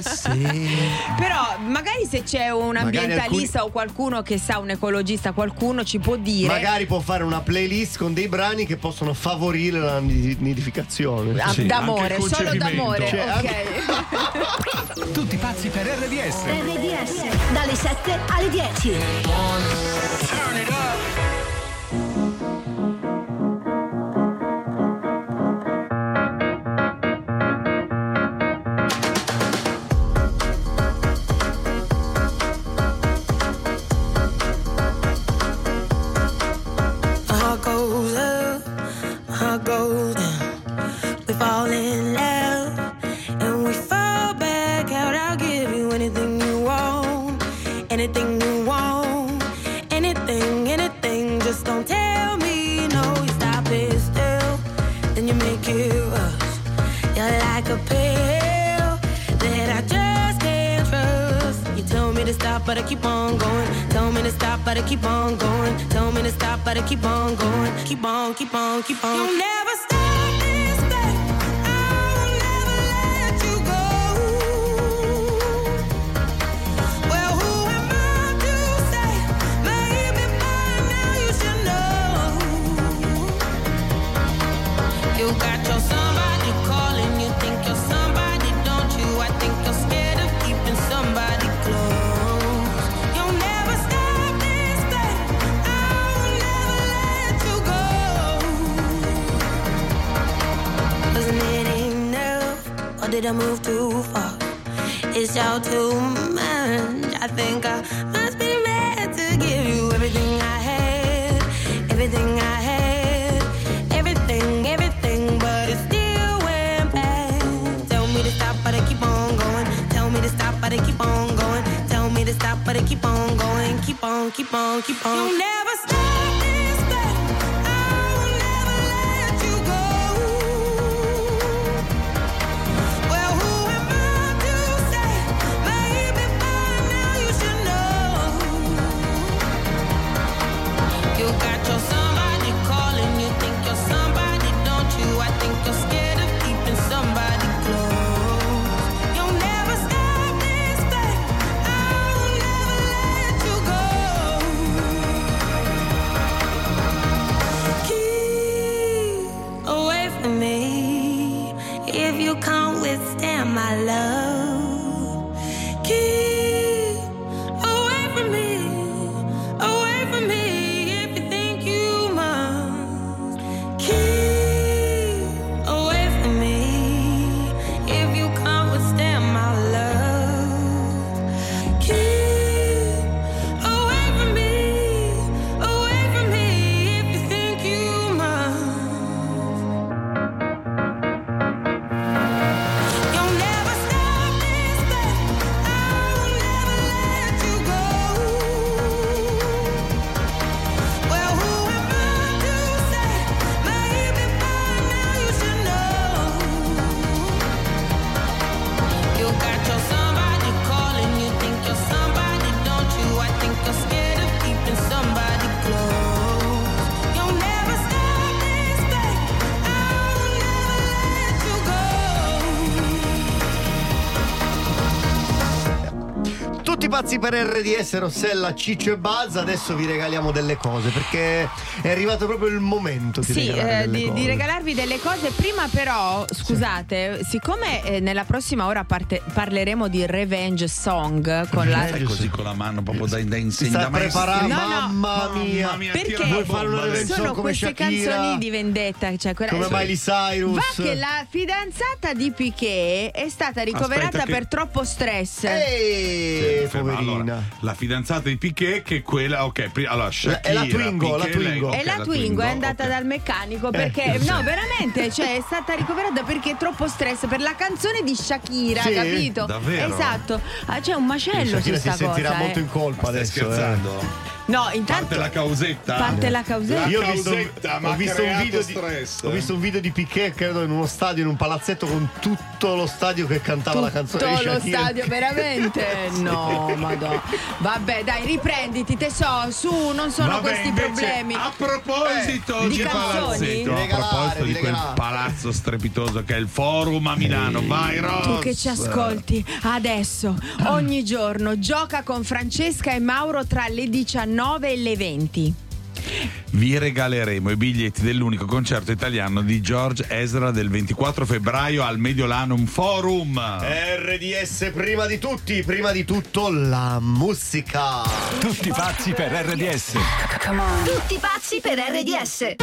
Però magari se c'è un Magari ambientalista alcuni- o qualcuno che sa, un ecologista, qualcuno ci può dire Magari può fare una playlist con dei brani che possono favorire la nidi- nidificazione. Ah, Sì, d'amore, anche il solo concepimento. d'amore, Cioè, ok. Tutti pazzi per R D S. R D S dalle sette alle dieci. My heart goes up, my heart goes down. We fall in love and we fall back out. I'll give you anything you want, anything you want, anything, but I keep on going. Tell me to stop, but I keep on going. Tell me to stop, but I keep on going. Keep on, keep on, keep on. You'll never stop this thing. I will never let you go. Well, who am I to say? Maybe by now you should know. You got your somebody calling. You think you're somebody, don't you? I think you're scared of keeping somebody close. You'll never stop this thing. I will never let you go. Wasn't it enough, or did I move too far? It's all too much. I think I must be mad to give you everything I had, everything I had, everything, everything, but it still went bad. Tell me to stop, but I keep on going. Tell me to stop, but I keep on going. Tell me to stop, but I keep on going. Keep on, keep on, keep on. You'll never stop this thing. I will never let you go. Well, who am I to say? Maybe by now you should know. You got your somebody calling. You think you're somebody, don't you? I think you're scared of keeping somebody close. You'll never stop this thing. I will never let you go. Keep away from me if you can't withstand my love. Keep away from me, away from me if you think you must. Keep away from me if you can't withstand my love. Keep away from me, away from me if you think you must. You'll never stop this thing. I will never let you go. Well, who am I to say? Maybe by now you should know. You got your somebody calling. You think you're somebody, don't you? I think you're scared of keeping somebody close. You'll never stop this thing. I will never let you go. Tutti pazzi per R D S, Rossella, Ciccio e Buzz. Adesso vi regaliamo delle cose perché è arrivato proprio il momento di Sì, regalare eh, delle di, cose. di regalarvi delle cose. Prima però, scusate, siccome eh, nella prossima ora parte- parleremo di Revenge Song con la... Fai così con la mano proprio da, da Si insegna sta da preparando, No, no. mamma mia. Mamma mia, Perché tira la vuoi fare una bomba revenge adesso. sono come queste Shakira, canzoni di vendetta, cioè quella- come Miley Cyrus. Va che la fidanzata di Piquet è stata ricoverata Aspetta che- per troppo stress. Ehi, Sì, ferma. poverina. Allora, la fidanzata di Piquet che è quella, ok, pri- allora Shakira, è la Twingo, la Piquet, lei- Twingo. ok, E la Twingo è andata ok. dal meccanico perché, Eh, sì. no, veramente, cioè è stata ricoverata perché è troppo stress per la canzone di Shakira, Sì? capito? Davvero? Esatto. Ah, c'è un macello su Shakira si sta sentirà cosa. molto eh. in colpa Ma stai adesso. scherzando? eh. No, intanto Parte la causetta? parte la causetta. La Io ho visto, causetta, ma ho ha visto un creato video di, stress, ho eh. visto un video di Piquet, credo, in uno stadio, in un palazzetto con tutto lo stadio che cantava la canzone di Tutto lo Shakira. stadio, veramente? No, madonna. Vabbè, dai, riprenditi, tesoro, su, non sono Vabbè, questi invece, problemi. A proposito Eh, di di, canzoni? palazzetto, a Di regalare, proposito di di quel regalare. palazzo strepitoso che è il Forum a Milano, vai Ross! Tu che ci ascolti adesso, ogni giorno, gioca con Francesca e Mauro tra le diciannove e le venti. Vi regaleremo i biglietti dell'unico concerto italiano di George Ezra del ventiquattro febbraio al Mediolanum Forum. R D S prima di tutti, prima di tutto la musica. Tutti pazzi per R D S. Tutti pazzi per R D S.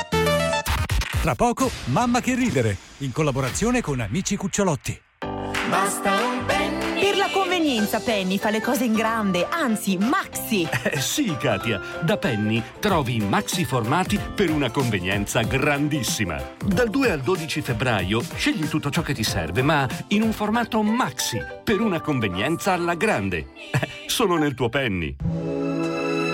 Tra poco, Mamma che ridere, in collaborazione con Amici Cucciolotti. Basta un penny. Per la convenienza Penny fa le cose in grande, anzi maxi. Eh, sì, Katia, da Penny trovi i maxi formati per una convenienza grandissima. Dal due al dodici febbraio scegli tutto ciò che ti serve, ma in un formato maxi, per una convenienza alla grande. Eh, Solo nel tuo Penny.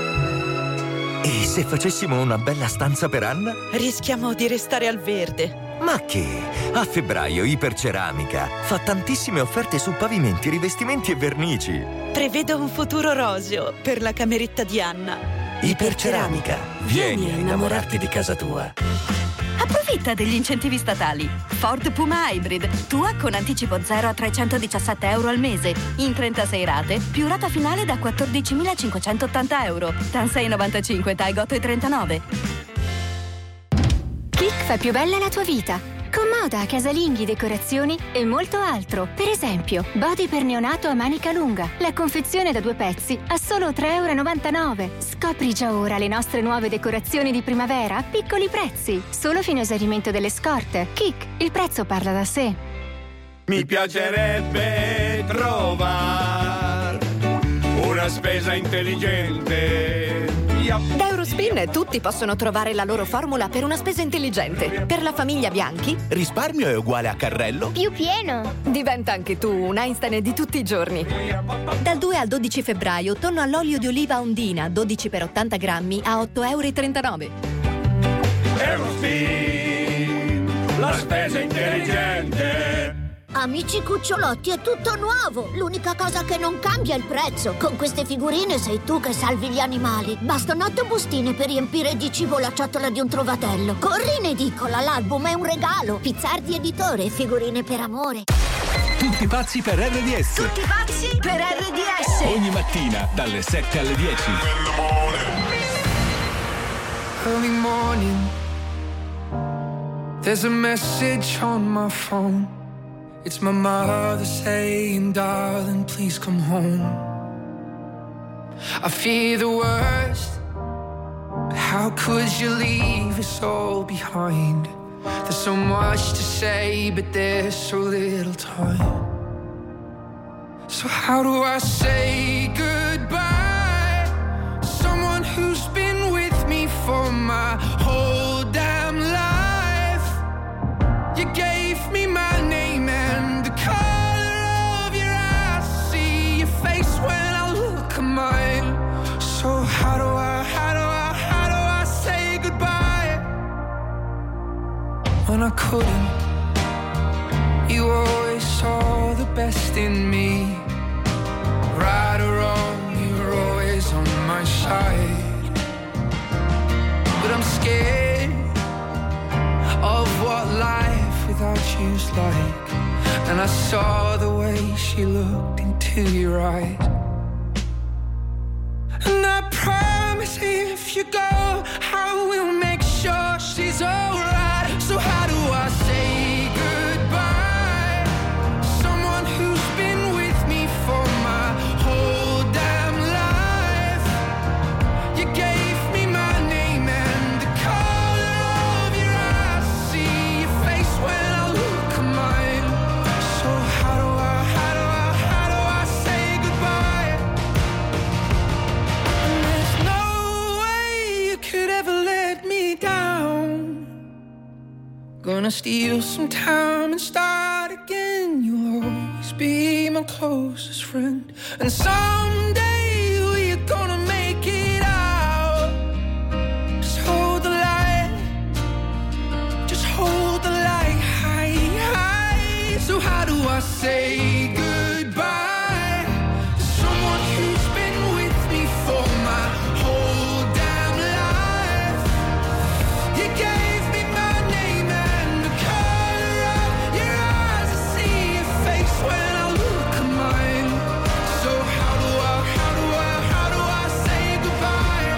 E se facessimo una bella stanza per Anna? Rischiamo di restare al verde. Ma che? A febbraio Iperceramica fa tantissime offerte su pavimenti, rivestimenti e vernici. Prevedo un futuro roseo per la cameretta di Anna. Iperceramica. Vieni a innamorarti di casa tua. Approfitta degli incentivi statali. Ford Puma Hybrid, tua con anticipo zero a trecentodiciassette euro al mese, in trentasei rate, più rata finale da quattordicimilacinquecentottanta euro. T A N sei virgola novantacinque, T A I otto virgola trentanove. Kik fa più bella la tua vita. Con moda, casalinghi, decorazioni e molto altro. Per esempio, body per neonato a manica lunga. La confezione da due pezzi a solo tre euro e novantanove. Scopri già ora le nostre nuove decorazioni di primavera a piccoli prezzi. Solo fino a esaurimento delle scorte. Kik, il prezzo parla da sé. Mi piacerebbe trovare una spesa intelligente. Da Eurospin tutti possono trovare la loro formula per una spesa intelligente. Per la famiglia Bianchi, risparmio è uguale a carrello più pieno. Diventa anche tu un Einstein di tutti i giorni. Dal due al dodici febbraio tonno all'olio di oliva Ondina dodici per ottanta grammi a otto euro e trentanove. Eurospin, la spesa intelligente. Amici cucciolotti, è tutto nuovo. L'unica cosa che non cambia è il prezzo. Con queste figurine sei tu che salvi gli animali. Bastano otto bustine per riempire di cibo la ciotola di un trovatello. Corri in edicola, l'album è un regalo. Pizzardi editore, figurine per amore. Tutti pazzi per R D S. Tutti pazzi per R D S. Ogni mattina dalle sette alle dieci. Early morning, there's a message on my phone. It's my mother saying, darling, please come home. I fear the worst, but how could you leave us all behind? There's so much to say, but there's so little time. So how do I say goodbye? Someone who's been with me for my whole damn life. You gave me my name and the color of your eyes. See your face when I look at mine. So how do I, how do I, how do I say goodbye? When I couldn't, you always saw the best in me. Right or wrong, you were always on my side. But I'm scared of what life without you's like. And I saw the way she looked into your eyes. And I promise if you go, I will make sure she's alright. So how do I say goodbye? Someone who's been with me for my whole damn life. You gave me my name and the color of your eyes. See your face when I look at mine. So how do I, how do I, how do I say goodbye? And there's no way you could ever let me down. Gonna steal some time and start again. You'll always be my closest friend. And someday we're gonna make it out. Just hold the light. Just hold the light high, high. So how do I say goodbye to someone who's been with me for my whole damn life? You gave me my name and the color of your eyes. I see your face when I look at mine. So how do I, how do I, how do I say goodbye?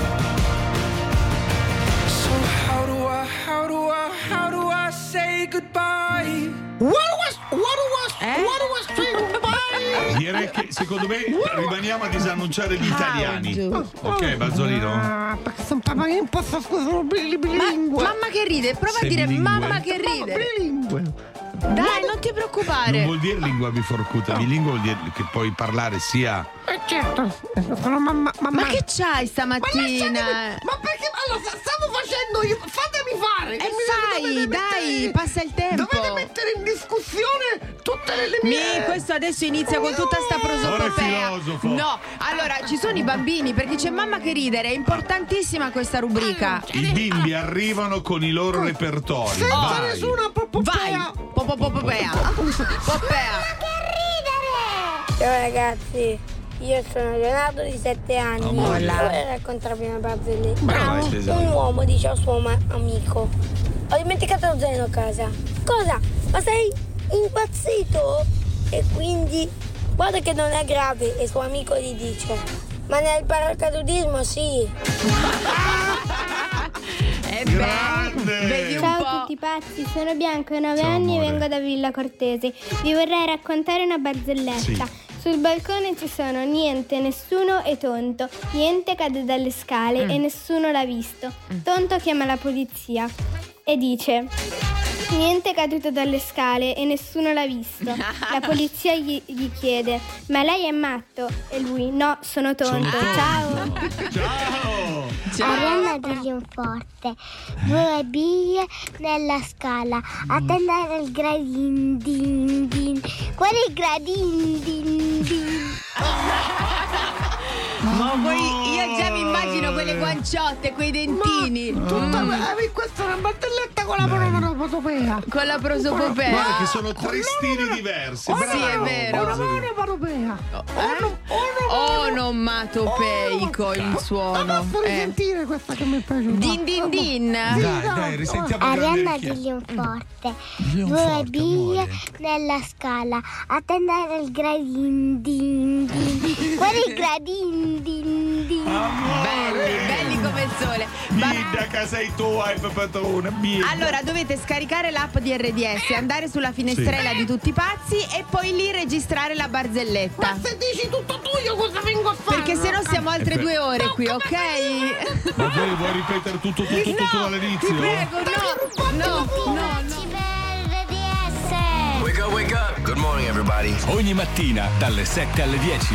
So how do I, how do I, how do I say goodbye? What was, what was, what was say goodbye? Direi che secondo me rimaniamo a disannunciare gli italiani. Ok, Bazzolino? Ah, perché sono proprio un po' bilingue. Ma, mamma che ride, prova Sei a dire bilingue? mamma che ride. Bilingue. Dai, non ti preoccupare. Non vuol dire lingua biforcuta, bilingue vuol dire che puoi parlare sia. Eh certo, sono mamma, mamma. Ma che c'hai stamattina? Ma perché? Allora, stavo facendo io. Fatemi fare. E fai, dai, passa il tempo. Dovete mettere in discussione tutte tutte le Mi, mie. questo adesso inizia con tutta sta prosopopea. filosofo. No, allora ci sono i bambini perché c'è Mamma che ridere, è importantissima questa rubrica. I bimbi arrivano con i loro repertori. Senza Vai. nessuna popopea. Vai, popopopea. Popea. Ciao ragazzi, io sono Leonardo di sette anni. Amore. Vorrei raccontarvi una barzelletta. Bravo. Un uomo dice al suo ma- amico: ho dimenticato lo zaino a casa. Cosa? Ma sei impazzito? E quindi guarda che non è grave. E il suo amico gli dice: ma nel paracadudismo sì. È Grande. Vedi un Ciao po'. a tutti pazzi, sono Bianca, ho nove Ciao, anni amore. e vengo da Villa Cortese. Vi vorrei raccontare una barzelletta. Sì. Sul balcone ci sono niente, nessuno e Tonto. Niente cade dalle scale Mm. e nessuno l'ha visto. Tonto chiama la polizia e dice: niente è caduto dalle scale e nessuno l'ha visto. La polizia gli, gli chiede: ma lei è matto? E lui: no, sono tonto. Sono Ciao. Ciao. Arianna di Leonforte, due biglie nella scala, attendere il gradin din din. Qual è il gradin din din? Ma voi, io già mi immagino quelle guanciotte, quei dentini. Tutta Mm. eh, questa è una battelletta con la prosopopea. Con la prosopopea. Guarda che sono tre stili diversi. Sì, è Bravo. vero. Una monoparopea. Onomatopeico il suono. Basta Eh. risentire questa che mi è piaciuta. Din din din. Dai, dai, risentiamo Arianna grande di Leonforte, Leonforte, due biglie amore. nella scala, attendere il gradin din din. Qual è il gradin din din? Belli, belli come il sole. Ma- Bida che sei tu, hai papatona. Allora dovete scaricare l'app di R D S, andare sulla finestrella Sì. di Tutti i Pazzi e poi lì registrare la barzelletta. Ma se dici tutto tu, io cosa vengo a fare? Perché se no siamo altre Eh beh. due ore qui, ok? Ma vuoi, vuoi ripetere tutto, tutto, tutto, tutto dall'inizio? Ti prego, no, no, no, no. Wake up, wake up. Good morning, everybody. Ogni mattina dalle sette alle dieci.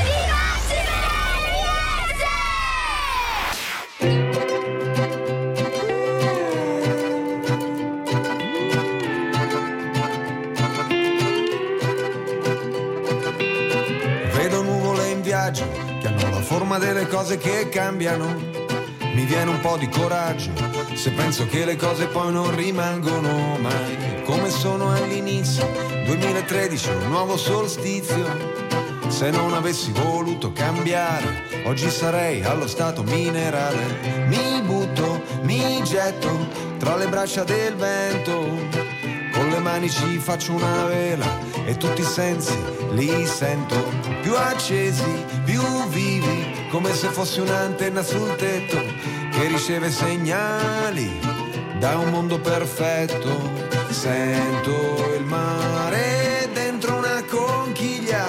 Vedo nuvole in viaggio che hanno la forma delle cose che cambiano. Mi viene un po' di coraggio se penso che le cose poi non rimangono mai come sono all'inizio. duemilatredici, un nuovo solstizio. Se non avessi voluto cambiare, oggi sarei allo stato minerale. Mi butto, mi getto tra le braccia del vento. Con le mani ci faccio una vela e tutti i sensi li sento più accesi, più vivi, come se fossi un'antenna sul tetto che riceve segnali da un mondo perfetto. Sento il mare dentro una conchiglia,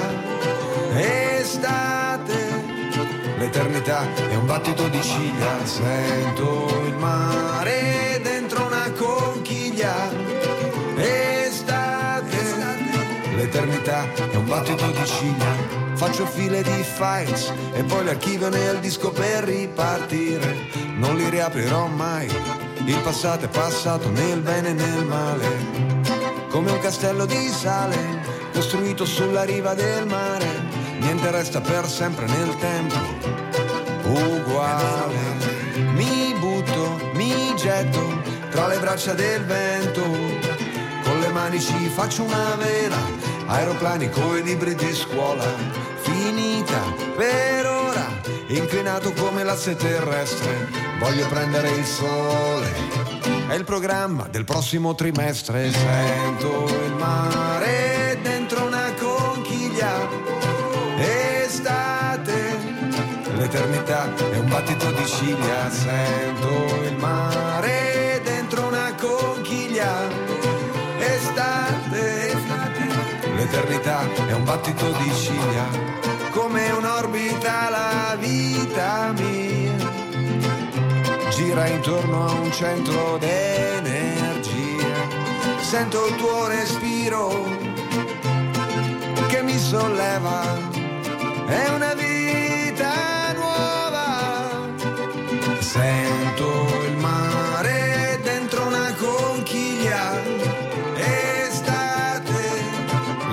estate, l'eternità è un battito di ciglia. Sento il mare dentro una conchiglia, estate, l'eternità è un battito di ciglia. Faccio file di files e poi li archivio nel disco per ripartire. Non li riaprirò mai, il passato è passato nel bene e nel male. Come un castello di sale costruito sulla riva del mare. Niente resta per sempre nel tempo, uguale. Mi butto, mi getto tra le braccia del vento. Con le mani ci faccio una vela, aeroplani coi libri di scuola. Finita per ora, inclinato come l'asse terrestre. Voglio prendere il sole, è il programma del prossimo trimestre. Sento il mare dentro una conchiglia, estate, l'eternità è un battito di ciglia. Sento il mare dentro una conchiglia, estate, l'eternità è un battito di ciglia. Come un'orbita la vita mia gira intorno a un centro d'energia. Sento il tuo respiro che mi solleva, è una vita nuova. Sento il mare dentro una conchiglia, estate,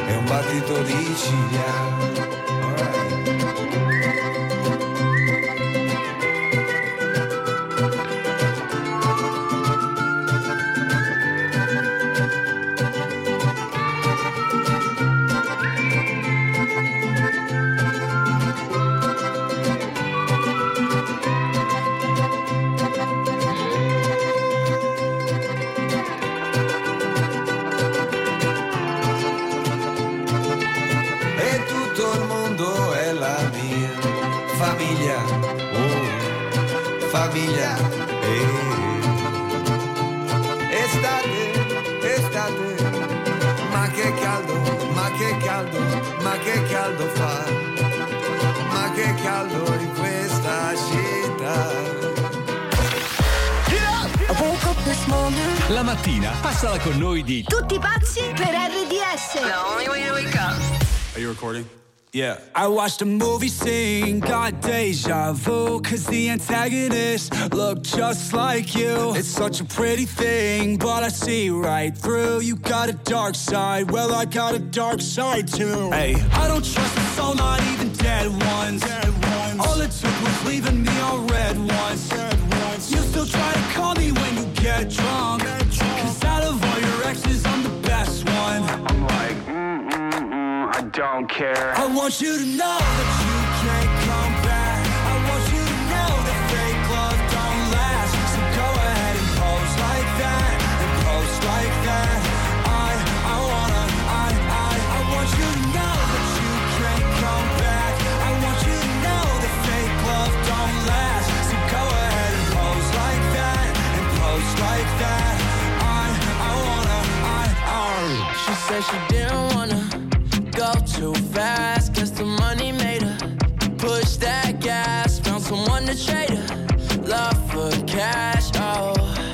e un battito di ciglia. Famiglia, eh. Estate, estate, ma che caldo, ma che caldo, ma che caldo fa, ma che caldo in questa città. La mattina passala con noi di Tutti pazzi per R D S. The only way to wake up. Are you recording? Yeah. I watched a movie scene, got deja vu, cause the antagonist looked just like you. It's such a pretty thing, but I see right through. You got a dark side, well I got a dark side too. Hey, I don't trust a soul, not even dead ones. Dead ones. All it took was leaving me all red once. Red ones. You still try to call me when you get drunk, get drunk. Cause out of all your exes, I'm the best one. I'm like, I don't care. I want you to know that you can't come back. I want you to know that fake love don't last. So go ahead and pose like that, and pose like that. I, I wanna, I, I, I want you to know that you can't come back. I want you to know that fake love don't last. So go ahead and pose like that, and pose like that. I, I wanna, I, I. She said she didn't wanna go too fast, guess the money made her push that gas. Found someone to trade her love for cash. Oh,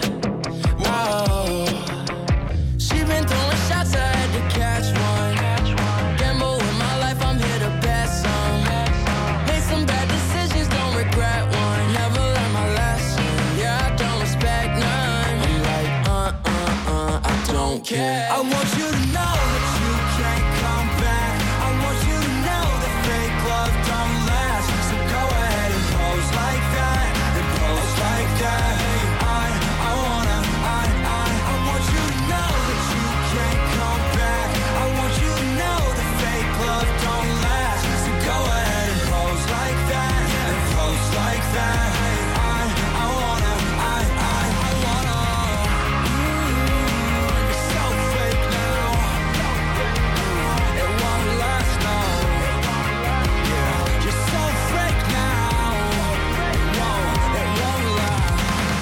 oh. She been throwing shots, I had to catch one. Gamble with my life, I'm here to bet some. Made some bad decisions, don't regret one. Never learned my lesson, yeah, I don't respect none. I'm like, uh, uh, uh, I don't care. I want you to know that you can't come back. I want you to know that fake love don't last. So go ahead and pose like that, and pose like that. I, I wanna, I, I, I want you to know that you can't come back. I want you to know that fake love don't last. So go ahead and pose like that, and pose like that. I, I wanna, I, I, I wanna. Mm, you're so fake now. It won't last now. Yeah, you're so fake now. It won't, it won't last.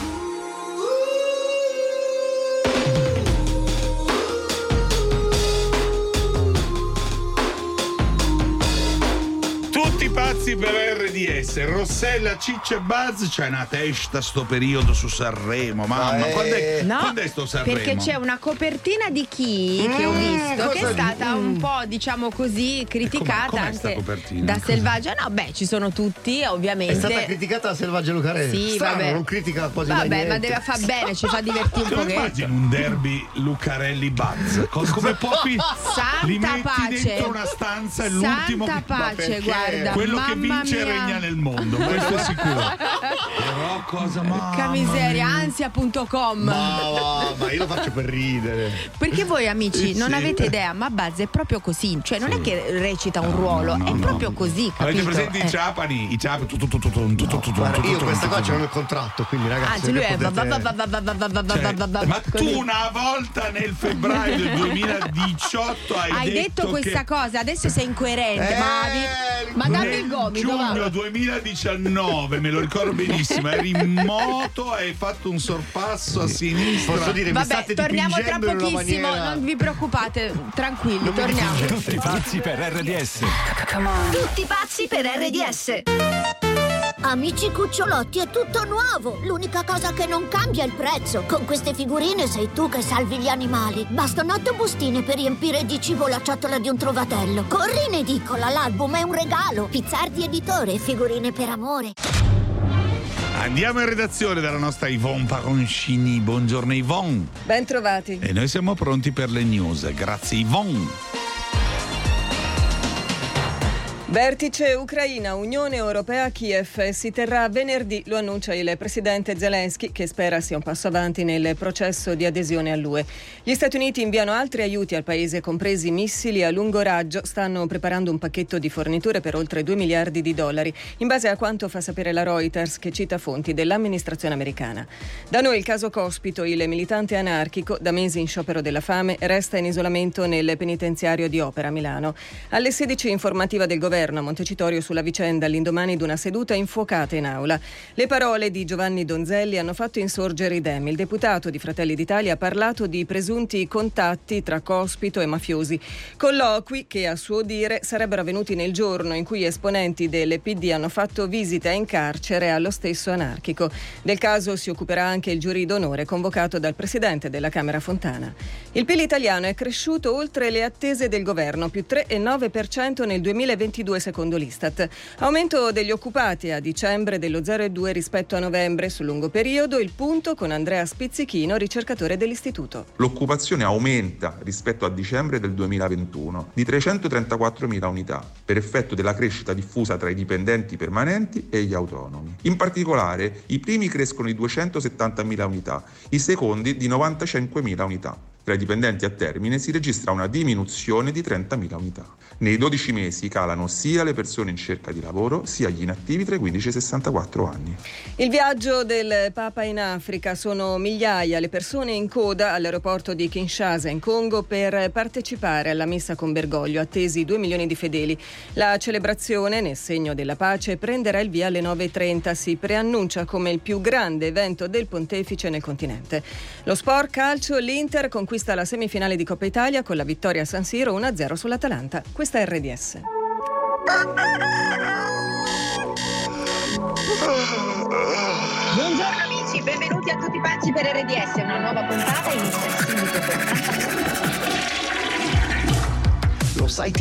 Tutti pazzi per R D S. Rossella, Ciccio e Buzz, c'è una testa sto periodo su Sanremo, mamma. Eh. Quando è, No, quando è sto Sanremo? perché c'è una copertina di chi che ho Mm, visto che è cosa stata di- un po', diciamo così, criticata com'è sta anche copertina? da Selvaggia. No, beh, ci sono tutti, ovviamente. È stata criticata da Selvaggia Lucarelli. Sì, Strano, vabbè. non critica quasi mai Vabbè, niente. ma deve far bene, ci fa divertire un Te lo pochetto. immagini un derby Lucarelli-Buzz? Co- Come pochi Santa li metti pace. dentro una stanza e l'ultimo Santa che, pace, guarda. quello che mamma vince mia. regna nel mondo, questo è sicuro. Però cosa mamma Porca miseria, mia. ansia punto com. Ma, va, ma io lo faccio per ridere. Perché voi amici Sì, non sì. avete idea, ma Buzz è proprio così, cioè non è che recita un ruolo, no, è no. proprio così, capito? Avete presenti Eh. i ciapani? I ciapani tu, tu, tu, tu, tu, tu, tu, tu, Guarda, tu, io tu, questa tu, qua tu, ce l'ho nel contratto, quindi ragazzi. Anzi, lui è potete- va- va- va- va- va- va- va- va- va- Cioè, va- va- ma così. tu una volta nel febbraio del duemiladiciotto hai, Hai detto questa che cosa, adesso sei incoerente, Eh, ma, ma dammi nel il gomito, giugno va. duemiladiciannove, me lo ricordo benissimo, eri in moto, hai fatto un sorpasso a sinistra. Posso dire, mi Vabbè, state torniamo tra dipingendo in una pochissimo, maniera- non vi preoccupate, tranquilli, Non mi torniamo. Tutti pazzi per R D S. Tutti pazzi per R D S. Amici cucciolotti, è tutto nuovo. L'unica cosa che non cambia è il prezzo. Con queste figurine sei tu che salvi gli animali. Bastano otto bustine per riempire di cibo la ciotola di un trovatello. Corri in edicola, l'album è un regalo. Pizzardi editore, figurine per amore. Andiamo in redazione dalla nostra Yvonne Paroncini. Buongiorno Yvonne. Ben trovati. E noi siamo pronti per le news. Grazie Yvonne. Vertice Ucraina, Unione Europea a Kiev si terrà venerdì, lo annuncia il presidente Zelensky, che spera sia un passo avanti nel processo di adesione all'U E. Gli Stati Uniti inviano altri aiuti al paese, compresi missili a lungo raggio, stanno preparando un pacchetto di forniture per oltre due miliardi di dollari, in base a quanto fa sapere la Reuters, che cita fonti dell'amministrazione americana. Da noi il caso Cospito, il militante anarchico, da mesi in sciopero della fame, resta in isolamento nel penitenziario di Opera a Milano. Alle sedici informativa del governo a Montecitorio sulla vicenda all'indomani di una seduta infuocata in aula. Le parole di Giovanni Donzelli hanno fatto insorgere i Dem. Il deputato di Fratelli d'Italia ha parlato di presunti contatti tra Cospito e mafiosi, colloqui che a suo dire sarebbero avvenuti nel giorno in cui esponenti del P D hanno fatto visita in carcere allo stesso anarchico. Del caso si occuperà anche il giurì d'onore convocato dal presidente della Camera Fontana. Il P I L italiano è cresciuto oltre le attese del governo, più tre virgola nove per cento nel duemilaventidue secondo l'Istat. Aumento degli occupati a dicembre dello zero virgola due rispetto a novembre. Sul lungo periodo il punto con Andrea Spizzichino, ricercatore dell'istituto. L'occupazione aumenta rispetto a dicembre del duemilaventuno di trecentotrentaquattromila unità, per effetto della crescita diffusa tra i dipendenti permanenti e gli autonomi. In particolare i primi crescono di duecentosettantamila unità, i secondi di novantacinquemila unità. Tra i dipendenti a termine si registra una diminuzione di trentamila unità. Nei dodici mesi calano sia le persone in cerca di lavoro sia gli inattivi tra i quindici e i sessantaquattro anni. Il viaggio del Papa in Africa. Sono migliaia le persone in coda all'aeroporto di Kinshasa in Congo per partecipare alla messa con Bergoglio, attesi due milioni di fedeli. La celebrazione, nel segno della pace, prenderà il via alle nove e trenta. Si preannuncia come il più grande evento del pontefice nel continente. Lo sport calcio, l'Inter conquista la semifinale di Coppa Italia con la vittoria a San Siro uno a zero sull'Atalanta. Questa è R D S. Buongiorno amici, benvenuti a tutti pazzi per R D S. Una nuova puntata inizia subito. Lo sai